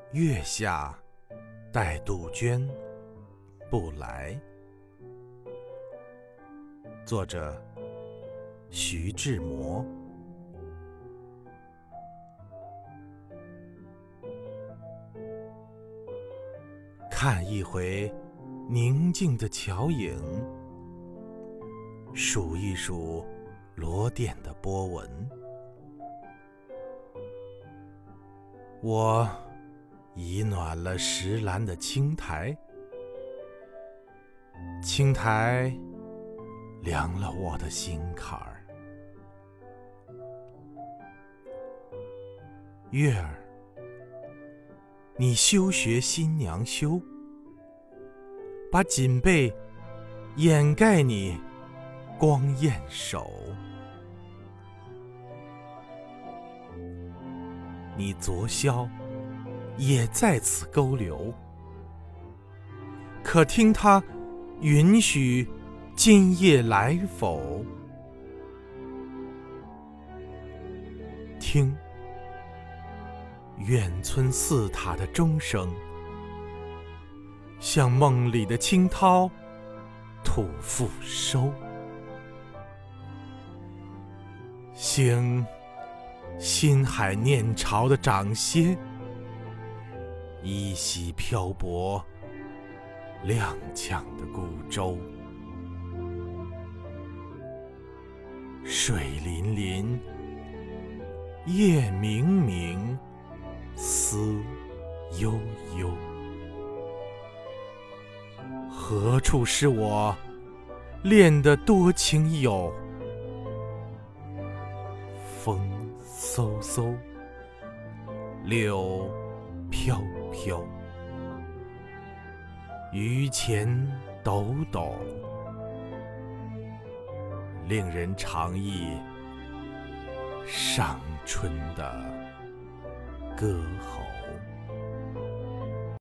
月下待杜鹃不来。作者徐志摩。看一回宁静的桥影，数一数罗甸的波纹。我已暖了石栏的青苔，青苔凉了我的心坎儿。月儿，你休学新娘羞，把锦被掩盖你光艳手。你昨宵也在此勾留，可听他允许今夜来否？听远村寺塔的钟声，像梦里的清涛吐复收。兴心海念潮的掌歇，依稀漂泊踉跄的孤舟。水粼粼，夜冥冥，思悠悠。何处是我恋的多情友？风嗖嗖，柳飘飘，榆钱抖抖，令人长忆伤春的歌喉。